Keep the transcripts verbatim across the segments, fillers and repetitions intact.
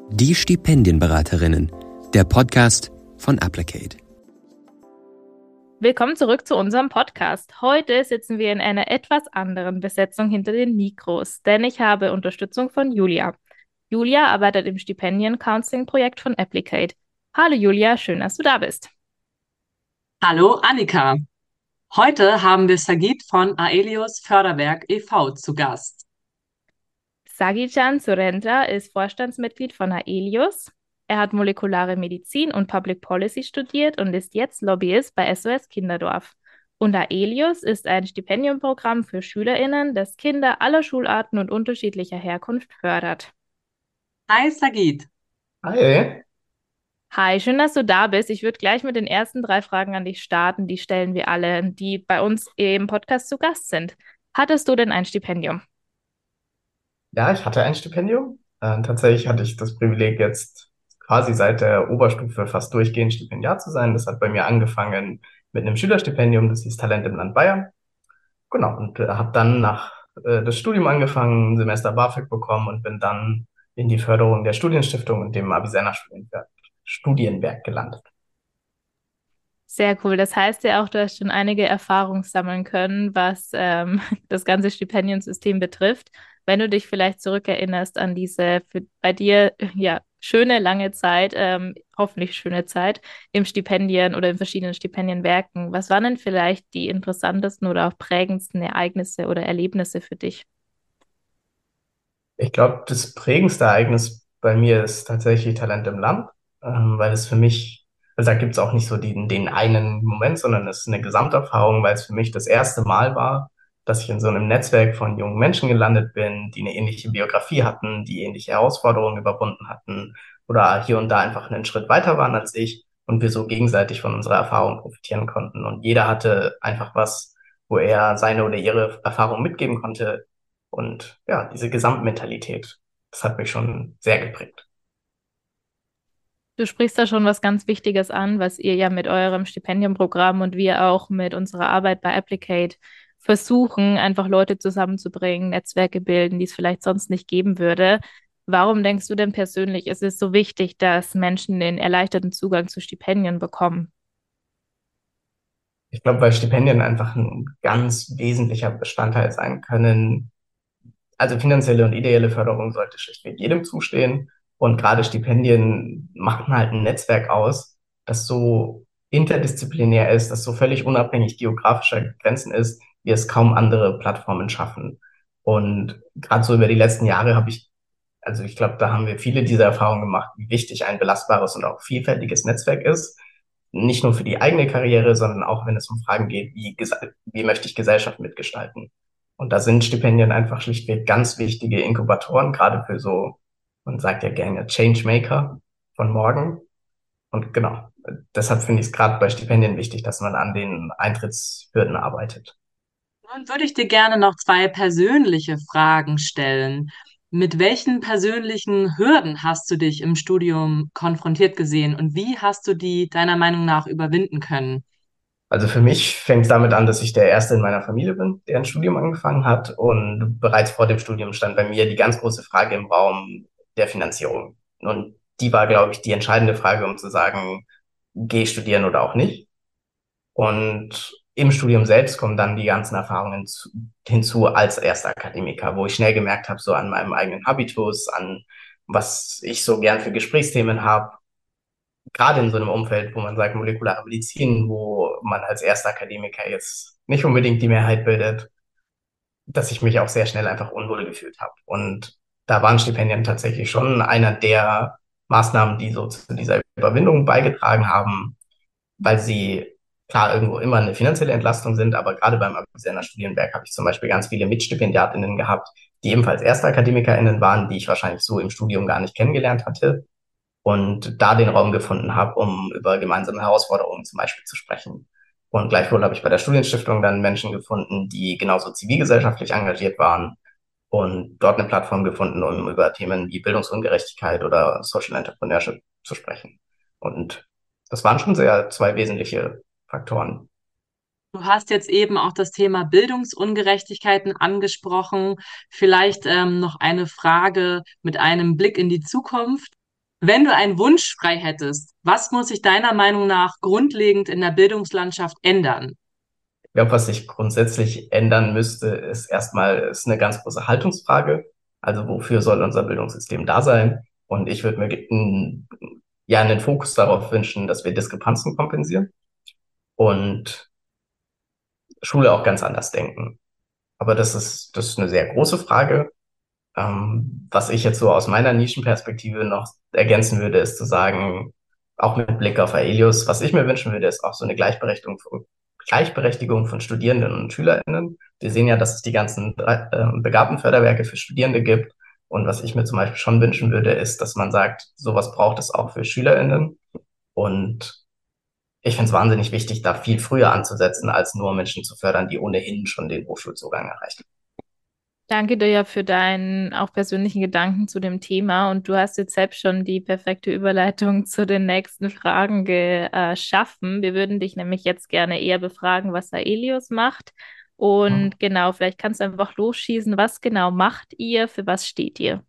Die Stipendienberaterinnen, der Podcast von Applicate. Willkommen zurück zu unserem Podcast. Heute sitzen wir in einer etwas anderen Besetzung hinter den Mikros, denn ich habe Unterstützung von Julia. Julia arbeitet im Stipendien-Counseling-Projekt von Applicate. Hallo Julia, schön, dass du da bist. Hallo Annika. Heute haben wir Sagit von Aelius Förderwerk e V zu Gast. Sagican Surendra ist Vorstandsmitglied von Aelius. Er hat molekulare Medizin und Public Policy studiert und ist jetzt Lobbyist bei S O S Kinderdorf. Und Aelius ist ein Stipendiumprogramm für SchülerInnen, das Kinder aller Schularten und unterschiedlicher Herkunft fördert. Hi Sagit. Hi. Hi, schön, dass du da bist. Ich würde gleich mit den ersten drei Fragen an dich starten. Die stellen wir alle, die bei uns im Podcast zu Gast sind. Hattest du denn ein Stipendium? Ja, ich hatte ein Stipendium. Äh, tatsächlich hatte ich das Privileg, jetzt quasi seit der Oberstufe fast durchgehend Stipendiat zu sein. Das hat bei mir angefangen mit einem Schülerstipendium, das hieß Talent im Land Bayern. Genau, und äh, habe dann nach äh, das Studium angefangen, ein Semester BAföG bekommen und bin dann in die Förderung der Studienstiftung und dem Avicenna Studienwerk, Studienwerk gelandet. Sehr cool. Das heißt ja auch, du hast schon einige Erfahrungen sammeln können, was ähm, das ganze Stipendiensystem betrifft. Wenn du dich vielleicht zurückerinnerst an diese für, bei dir ja schöne, lange Zeit, ähm, hoffentlich schöne Zeit im Stipendien oder in verschiedenen Stipendienwerken, was waren denn vielleicht die interessantesten oder auch prägendsten Ereignisse oder Erlebnisse für dich? Ich glaube, das prägendste Ereignis bei mir ist tatsächlich Talent im Land, ähm, weil es für mich, also da gibt es auch nicht so den, den einen Moment, sondern es ist eine Gesamterfahrung, weil es für mich das erste Mal war, dass ich in so einem Netzwerk von jungen Menschen gelandet bin, die eine ähnliche Biografie hatten, die ähnliche Herausforderungen überwunden hatten oder hier und da einfach einen Schritt weiter waren als ich und wir so gegenseitig von unserer Erfahrung profitieren konnten. Und jeder hatte einfach was, wo er seine oder ihre Erfahrung mitgeben konnte, und ja, diese Gesamtmentalität, das hat mich schon sehr geprägt. Du sprichst da schon was ganz Wichtiges an, was ihr ja mit eurem Stipendiumprogramm und wir auch mit unserer Arbeit bei Applicate versuchen, einfach Leute zusammenzubringen, Netzwerke bilden, die es vielleicht sonst nicht geben würde. Warum denkst du denn persönlich, ist es so wichtig, dass Menschen den erleichterten Zugang zu Stipendien bekommen? Ich glaube, weil Stipendien einfach ein ganz wesentlicher Bestandteil sein können. Also finanzielle und ideelle Förderung sollte schlichtweg jedem zustehen. Und gerade Stipendien machen halt ein Netzwerk aus, das so interdisziplinär ist, das so völlig unabhängig geografischer Grenzen ist, wie es kaum andere Plattformen schaffen. Und gerade so über die letzten Jahre habe ich, also ich glaube, da haben wir viele dieser Erfahrungen gemacht, wie wichtig ein belastbares und auch vielfältiges Netzwerk ist. Nicht nur für die eigene Karriere, sondern auch wenn es um Fragen geht, wie, gesa- wie möchte ich Gesellschaft mitgestalten. Und da sind Stipendien einfach schlichtweg ganz wichtige Inkubatoren, gerade für so, man sagt ja gerne Changemaker von morgen. Und genau, deshalb finde ich es gerade bei Stipendien wichtig, dass man an den Eintrittshürden arbeitet. Nun würde ich dir gerne noch zwei persönliche Fragen stellen. Mit welchen persönlichen Hürden hast du dich im Studium konfrontiert gesehen und wie hast du die deiner Meinung nach überwinden können? Also für mich fängt es damit an, dass ich der Erste in meiner Familie bin, der ein Studium angefangen hat. Und bereits vor dem Studium stand bei mir die ganz große Frage im Raum der Finanzierung. Und die war, glaube ich, die entscheidende Frage, um zu sagen, geh studieren oder auch nicht. Und im Studium selbst kommen dann die ganzen Erfahrungen zu, hinzu als erster Akademiker, wo ich schnell gemerkt habe, so an meinem eigenen Habitus, an was ich so gern für Gesprächsthemen habe, gerade in so einem Umfeld, wo man sagt, molekulare Medizin, wo man als erster Akademiker jetzt nicht unbedingt die Mehrheit bildet, dass ich mich auch sehr schnell einfach unwohl gefühlt habe. Und da waren Stipendien tatsächlich schon einer der Maßnahmen, die so zu dieser Überwindung beigetragen haben, weil sie klar irgendwo immer eine finanzielle Entlastung sind, aber gerade beim Avicenna Studienwerk habe ich zum Beispiel ganz viele Mitstipendiatinnen gehabt, die ebenfalls erste AkademikerInnen waren, die ich wahrscheinlich so im Studium gar nicht kennengelernt hatte und da den Raum gefunden habe, um über gemeinsame Herausforderungen zum Beispiel zu sprechen. Und gleichwohl habe ich bei der Studienstiftung dann Menschen gefunden, die genauso zivilgesellschaftlich engagiert waren und dort eine Plattform gefunden, um über Themen wie Bildungsungerechtigkeit oder Social Entrepreneurship zu sprechen. Und das waren schon sehr zwei wesentliche Faktoren. Du hast jetzt eben auch das Thema Bildungsungerechtigkeiten angesprochen. Vielleicht ähm, noch eine Frage mit einem Blick in die Zukunft. Wenn du einen Wunsch frei hättest, was muss sich deiner Meinung nach grundlegend in der Bildungslandschaft ändern? Ich glaube, was sich grundsätzlich ändern müsste, ist erstmal ist eine ganz große Haltungsfrage. Also wofür soll unser Bildungssystem da sein? Und ich würde mir n- ja einen Fokus darauf wünschen, dass wir Diskrepanzen kompensieren und Schule auch ganz anders denken. Aber das ist, das ist eine sehr große Frage. Ähm, was ich jetzt so aus meiner Nischenperspektive noch ergänzen würde, ist zu sagen, auch mit Blick auf Aelius, was ich mir wünschen würde, ist auch so eine Gleichberechtigung von, Gleichberechtigung von Studierenden und SchülerInnen. Wir sehen ja, dass es die ganzen äh, Begabtenförderwerke für Studierende gibt. Und was ich mir zum Beispiel schon wünschen würde, ist, dass man sagt, sowas braucht es auch für SchülerInnen. Und ich finde es wahnsinnig wichtig, da viel früher anzusetzen, als nur Menschen zu fördern, die ohnehin schon den Hochschulzugang erreicht haben. Danke dir ja für deinen auch persönlichen Gedanken zu dem Thema und du hast jetzt selbst schon die perfekte Überleitung zu den nächsten Fragen geschaffen. Wir würden dich nämlich jetzt gerne eher befragen, was Aelius macht und genau, vielleicht kannst du einfach losschießen, was genau macht ihr, für was steht ihr?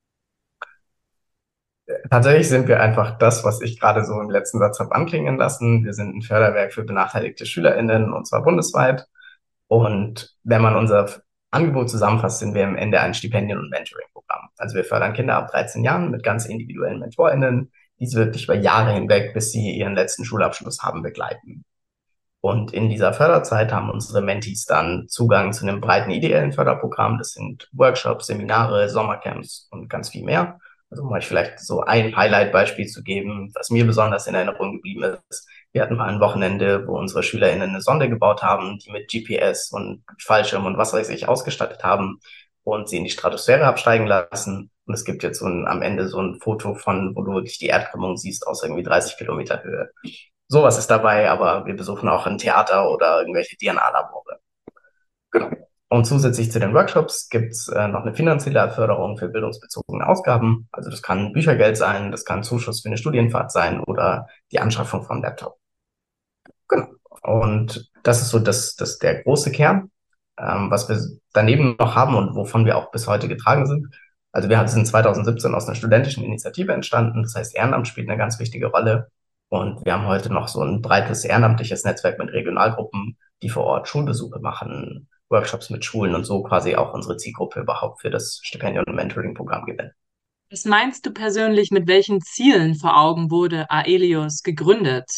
Tatsächlich sind wir einfach das, was ich gerade so im letzten Satz habe anklingen lassen. Wir sind ein Förderwerk für benachteiligte SchülerInnen und zwar bundesweit. Und wenn man unser Angebot zusammenfasst, sind wir am Ende ein Stipendien- und Mentoring-Programm. Also wir fördern Kinder ab dreizehn Jahren mit ganz individuellen MentorInnen, die sie wirklich über Jahre hinweg, bis sie ihren letzten Schulabschluss haben, begleiten. Und in dieser Förderzeit haben unsere Mentees dann Zugang zu einem breiten ideellen Förderprogramm. Das sind Workshops, Seminare, Sommercamps und ganz viel mehr. Also um euch vielleicht so ein Highlight-Beispiel zu geben, was mir besonders in Erinnerung geblieben ist. Wir hatten mal ein Wochenende, wo unsere SchülerInnen eine Sonde gebaut haben, die mit G P S und Fallschirm und was weiß ich ausgestattet haben und sie in die Stratosphäre absteigen lassen. Und es gibt jetzt so ein, am Ende so ein Foto von, wo du wirklich die Erdkrümmung siehst aus irgendwie dreißig Kilometer Höhe. Sowas ist dabei, aber wir besuchen auch ein Theater oder irgendwelche D N A-Labore. Genau. Und zusätzlich zu den Workshops gibt's äh, noch eine finanzielle Förderung für bildungsbezogene Ausgaben. Also das kann Büchergeld sein, das kann Zuschuss für eine Studienfahrt sein oder die Anschaffung von Laptop. Genau. Und das ist so das, das der große Kern, ähm, was wir daneben noch haben und wovon wir auch bis heute getragen sind. Also wir sind zwanzig siebzehn aus einer studentischen Initiative entstanden. Das heißt, Ehrenamt spielt eine ganz wichtige Rolle. Und wir haben heute noch so ein breites ehrenamtliches Netzwerk mit Regionalgruppen, die vor Ort Schulbesuche machen, Workshops mit Schulen und so quasi auch unsere Zielgruppe überhaupt für das Stipendien- und Mentoring-Programm gewinnen. Was meinst du persönlich, mit welchen Zielen vor Augen wurde Aelius gegründet?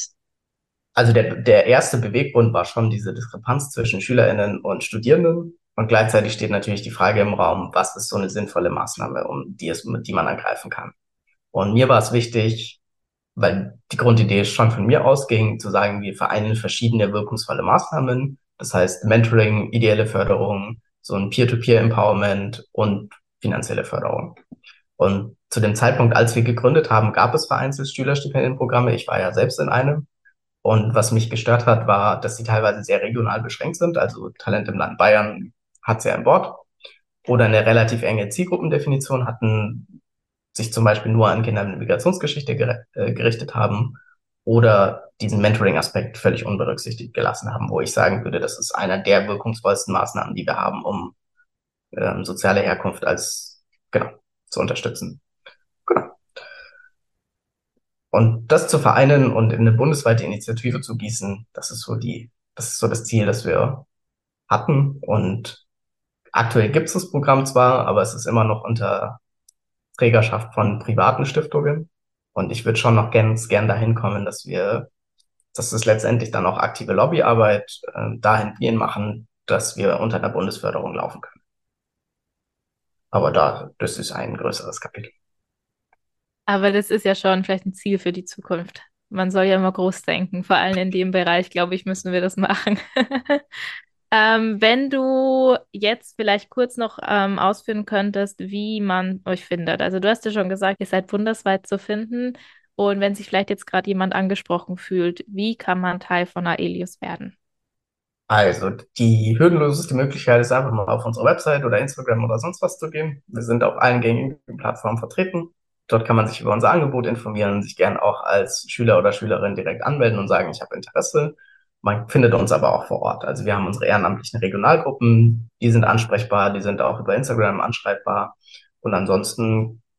Also der, der erste Beweggrund war schon diese Diskrepanz zwischen SchülerInnen und Studierenden. Und gleichzeitig steht natürlich die Frage im Raum, was ist so eine sinnvolle Maßnahme, um die es, mit die man ergreifen kann. Und mir war es wichtig, weil die Grundidee schon von mir ausging, zu sagen, wir vereinen verschiedene wirkungsvolle Maßnahmen. Das heißt Mentoring, ideelle Förderung, so ein Peer-to-Peer-Empowerment und finanzielle Förderung. Und zu dem Zeitpunkt, als wir gegründet haben, gab es vereinzelt Schülerstipendienprogramme. Ich war ja selbst in einem. Und was mich gestört hat, war, dass sie teilweise sehr regional beschränkt sind. Also Talent im Land Bayern hat sie an Bord. Oder eine relativ enge Zielgruppendefinition hatten, sich zum Beispiel nur an Kinder mit Migrationsgeschichte ger äh, gerichtet haben. Oder diesen Mentoring-Aspekt völlig unberücksichtigt gelassen haben, wo ich sagen würde, das ist einer der wirkungsvollsten Maßnahmen, die wir haben, um ähm, soziale Herkunft als, genau, zu unterstützen. Genau. Und das zu vereinen und in eine bundesweite Initiative zu gießen, das ist so die, das ist so das Ziel, das wir hatten. Und aktuell gibt es das Programm zwar, aber es ist immer noch unter Trägerschaft von privaten Stiftungen. Und ich würde schon noch ganz gern dahin kommen, dass wir, dass es letztendlich dann auch aktive Lobbyarbeit äh, dahingehend machen, dass wir unter der Bundesförderung laufen können. Aber da, das ist ein größeres Kapitel. Aber das ist ja schon vielleicht ein Ziel für die Zukunft. Man soll ja immer groß denken, vor allem in dem Bereich, glaube ich, müssen wir das machen. Ähm, wenn du jetzt vielleicht kurz noch ähm, ausführen könntest, wie man euch findet. Also du hast ja schon gesagt, ihr seid bundesweit zu finden. Und wenn sich vielleicht jetzt gerade jemand angesprochen fühlt, wie kann man Teil von Aelius werden? Also, die hürdenloseste Möglichkeit ist einfach mal auf unsere Website oder Instagram oder sonst was zu gehen. Wir sind auf allen gängigen Plattformen vertreten. Dort kann man sich über unser Angebot informieren und sich gern auch als Schüler oder Schülerin direkt anmelden und sagen, ich habe Interesse. Man findet uns aber auch vor Ort. Also wir haben unsere ehrenamtlichen Regionalgruppen, die sind ansprechbar, die sind auch über Instagram anschreibbar. Und ansonsten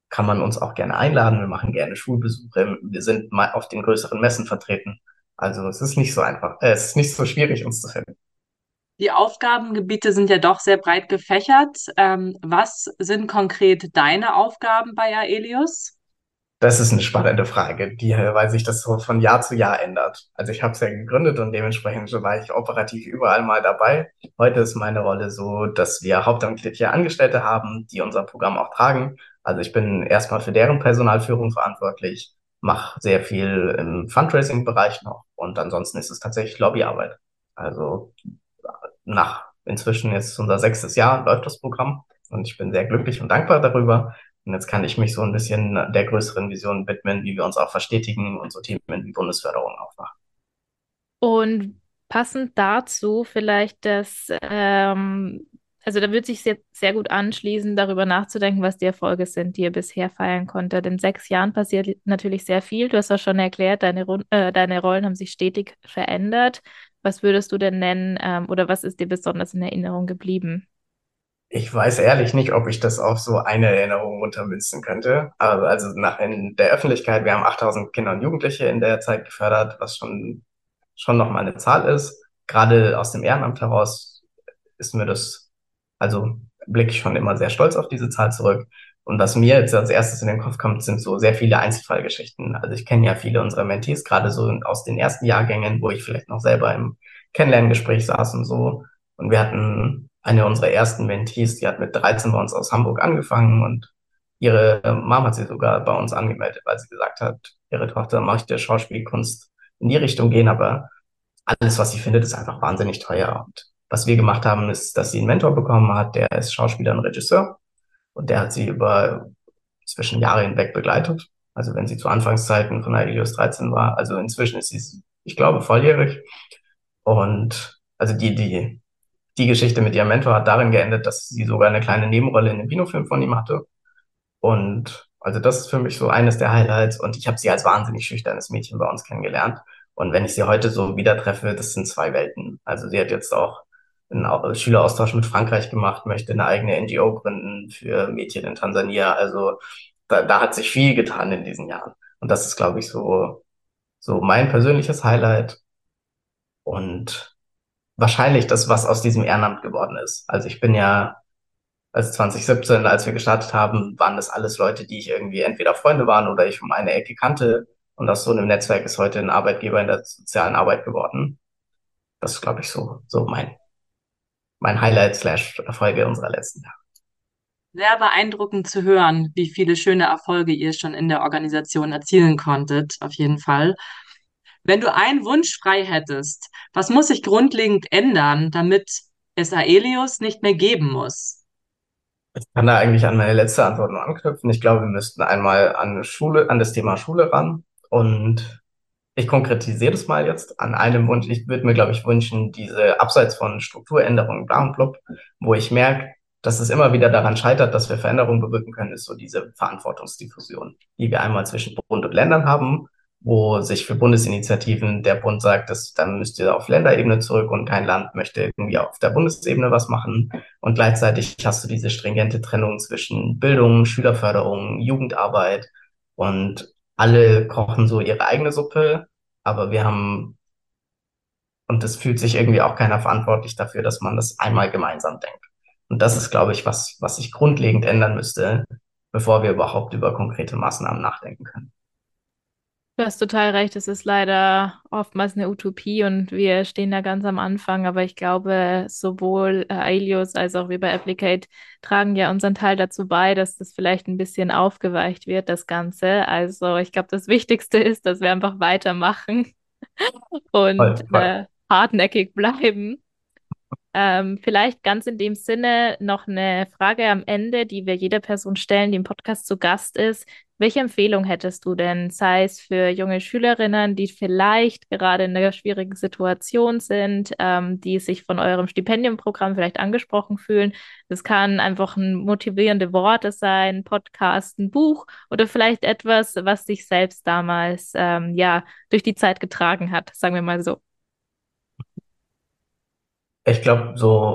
kann man uns auch gerne einladen. Wir machen gerne Schulbesuche. Wir sind mal auf den größeren Messen vertreten. Also es ist nicht so einfach, äh, es ist nicht so schwierig, uns zu finden. Die Aufgabengebiete sind ja doch sehr breit gefächert. Ähm, was sind konkret deine Aufgaben bei Aelius? Das ist eine spannende Frage, die, äh, weil sich das so von Jahr zu Jahr ändert. Also ich habe es ja gegründet und dementsprechend war ich operativ überall mal dabei. Heute ist meine Rolle so, dass wir hauptamtliche Angestellte haben, die unser Programm auch tragen. Also ich bin erstmal für deren Personalführung verantwortlich, mache sehr viel im Fundraising-Bereich noch und ansonsten ist es tatsächlich Lobbyarbeit. Also nach inzwischen jetzt unser sechstes Jahr läuft das Programm und ich bin sehr glücklich und dankbar darüber. Und jetzt kann ich mich so ein bisschen der größeren Vision widmen, wie wir uns auch verstetigen und so Themen wie Bundesförderung aufmachen. Und passend dazu vielleicht das, ähm, also da wird sich sehr, sehr gut anschließen, darüber nachzudenken, was die Erfolge sind, die ihr bisher feiern konntet. In sechs Jahren passiert natürlich sehr viel. Du hast auch schon erklärt, deine, Run- äh, deine Rollen haben sich stetig verändert. Was würdest du denn nennen, ähm, oder was ist dir besonders in Erinnerung geblieben? Ich weiß ehrlich nicht, ob ich das auf so eine Erinnerung runtermünzen könnte. Aber also nach in der Öffentlichkeit, wir haben achttausend Kinder und Jugendliche in der Zeit gefördert, was schon, schon nochmal eine Zahl ist. Gerade aus dem Ehrenamt heraus ist mir das, also blicke ich schon immer sehr stolz auf diese Zahl zurück. Und was mir jetzt als erstes in den Kopf kommt, sind so sehr viele Einzelfallgeschichten. Also ich kenne ja viele unserer Mentees, gerade so aus den ersten Jahrgängen, wo ich vielleicht noch selber im Kennenlerngespräch saß und so. Und wir hatten eine unserer ersten Mentees, die hat mit dreizehn bei uns aus Hamburg angefangen und ihre Mom hat sie sogar bei uns angemeldet, weil sie gesagt hat, ihre Tochter möchte Schauspielkunst in die Richtung gehen, aber alles, was sie findet, ist einfach wahnsinnig teuer. Und was wir gemacht haben, ist, dass sie einen Mentor bekommen hat, der ist Schauspieler und Regisseur und der hat sie über zwischen Jahre hinweg begleitet. Also wenn sie zu Anfangszeiten von Aelius dreizehn war, also inzwischen ist sie, ich glaube, volljährig. Und also die, die, die Geschichte mit ihrem Mentor hat darin geendet, dass sie sogar eine kleine Nebenrolle in einem Kinofilm von ihm hatte. Und also das ist für mich so eines der Highlights. Und ich habe sie als wahnsinnig schüchternes Mädchen bei uns kennengelernt. Und wenn ich sie heute so wieder treffe, das sind zwei Welten. Also sie hat jetzt auch einen Au- Schüleraustausch mit Frankreich gemacht, möchte eine eigene N G O gründen für Mädchen in Tansania. Also da, da hat sich viel getan in diesen Jahren. Und das ist, glaube ich, so, so mein persönliches Highlight und wahrscheinlich das, was aus diesem Ehrenamt geworden ist. Also ich bin ja also zwanzig siebzehn, als wir gestartet haben, waren das alles Leute, die ich irgendwie entweder Freunde waren oder ich um eine Ecke kannte. Und aus so einem Netzwerk ist heute ein Arbeitgeber in der sozialen Arbeit geworden. Das ist, glaube ich, so, so mein, mein Highlight slash Erfolge unserer letzten Jahre. Sehr beeindruckend zu hören, wie viele schöne Erfolge ihr schon in der Organisation erzielen konntet, auf jeden Fall. Wenn du einen Wunsch frei hättest, was muss sich grundlegend ändern, damit es Aelius nicht mehr geben muss? Ich kann da eigentlich an meine letzte Antwort nur anknüpfen. Ich glaube, wir müssten einmal an Schule, an das Thema Schule ran. Und ich konkretisiere das mal jetzt an einem Wunsch. Ich würde mir, glaube ich, wünschen, diese abseits von Strukturänderungen, bla und blub, wo ich merke, dass es immer wieder daran scheitert, dass wir Veränderungen bewirken können, ist so diese Verantwortungsdiffusion, die wir einmal zwischen Bund und Ländern haben, wo sich für Bundesinitiativen der Bund sagt, dass dann müsst ihr auf Länderebene zurück und kein Land möchte irgendwie auf der Bundesebene was machen. Und gleichzeitig hast du diese stringente Trennung zwischen Bildung, Schülerförderung, Jugendarbeit und alle kochen so ihre eigene Suppe, aber wir haben, und es fühlt sich irgendwie auch keiner verantwortlich dafür, dass man das einmal gemeinsam denkt. Und das ist, glaube ich, was, was sich grundlegend ändern müsste, bevor wir überhaupt über konkrete Maßnahmen nachdenken können. Du hast total recht, es ist leider oftmals eine Utopie und wir stehen da ganz am Anfang, aber ich glaube, sowohl äh, Aelius als auch wir bei Applicate tragen ja unseren Teil dazu bei, dass das vielleicht ein bisschen aufgeweicht wird, das Ganze. Also ich glaube, das Wichtigste ist, dass wir einfach weitermachen und Voll, voll. äh, hartnäckig bleiben. Ähm, vielleicht ganz in dem Sinne noch eine Frage am Ende, die wir jeder Person stellen, die im Podcast zu Gast ist. Welche Empfehlung hättest du denn, sei es für junge Schülerinnen, die vielleicht gerade in einer schwierigen Situation sind, ähm, die sich von eurem Stipendiumprogramm vielleicht angesprochen fühlen? Das kann einfach ein motivierende Worte sein, ein Podcast, ein Buch oder vielleicht etwas, was dich selbst damals ähm, ja durch die Zeit getragen hat, sagen wir mal so. Ich glaube, so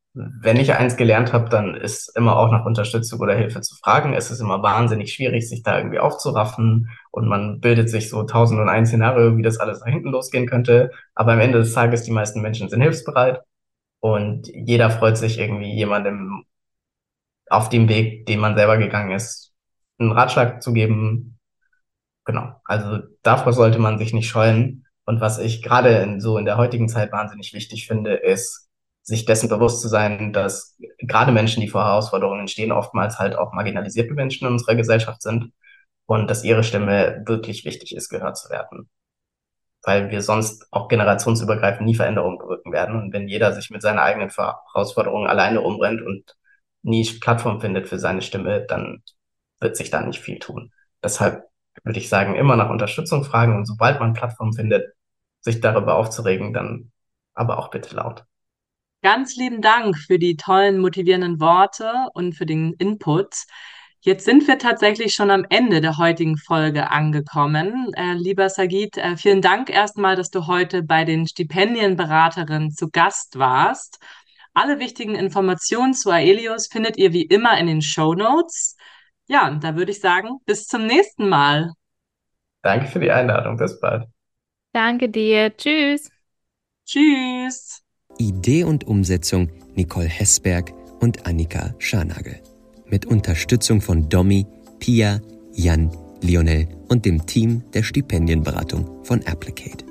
Wenn ich eins gelernt habe, dann ist immer auch nach Unterstützung oder Hilfe zu fragen. Es ist immer wahnsinnig schwierig, sich da irgendwie aufzuraffen und man bildet sich so tausend und ein Szenario, wie das alles nach hinten losgehen könnte. Aber am Ende des Tages, die meisten Menschen sind hilfsbereit und jeder freut sich irgendwie jemandem auf dem Weg, den man selber gegangen ist, einen Ratschlag zu geben. Genau. Also davor sollte man sich nicht scheuen. Und was ich gerade in, so in der heutigen Zeit wahnsinnig wichtig finde, ist, sich dessen bewusst zu sein, dass gerade Menschen, die vor Herausforderungen stehen, oftmals halt auch marginalisierte Menschen in unserer Gesellschaft sind und dass ihre Stimme wirklich wichtig ist, gehört zu werden. Weil wir sonst auch generationsübergreifend nie Veränderungen bewirken werden. Und wenn jeder sich mit seiner eigenen Herausforderung alleine umbrennt und nie Plattform findet für seine Stimme, dann wird sich da nicht viel tun. Deshalb würde ich sagen, immer nach Unterstützung fragen und sobald man Plattform findet, sich darüber aufzuregen, dann aber auch bitte laut. Ganz lieben Dank für die tollen, motivierenden Worte und für den Input. Jetzt sind wir tatsächlich schon am Ende der heutigen Folge angekommen. Äh, lieber Sagit, äh, vielen Dank erstmal, dass du heute bei den Stipendienberaterinnen zu Gast warst. Alle wichtigen Informationen zu Aelius findet ihr wie immer in den Shownotes. Ja, da würde ich sagen, bis zum nächsten Mal. Danke für die Einladung. Bis bald. Danke dir. Tschüss. Tschüss. Idee und Umsetzung Nicole Hessberg und Annika Scharnagel. Mit Unterstützung von Domi, Pia, Jan, Lionel und dem Team der Stipendienberatung von Applicate.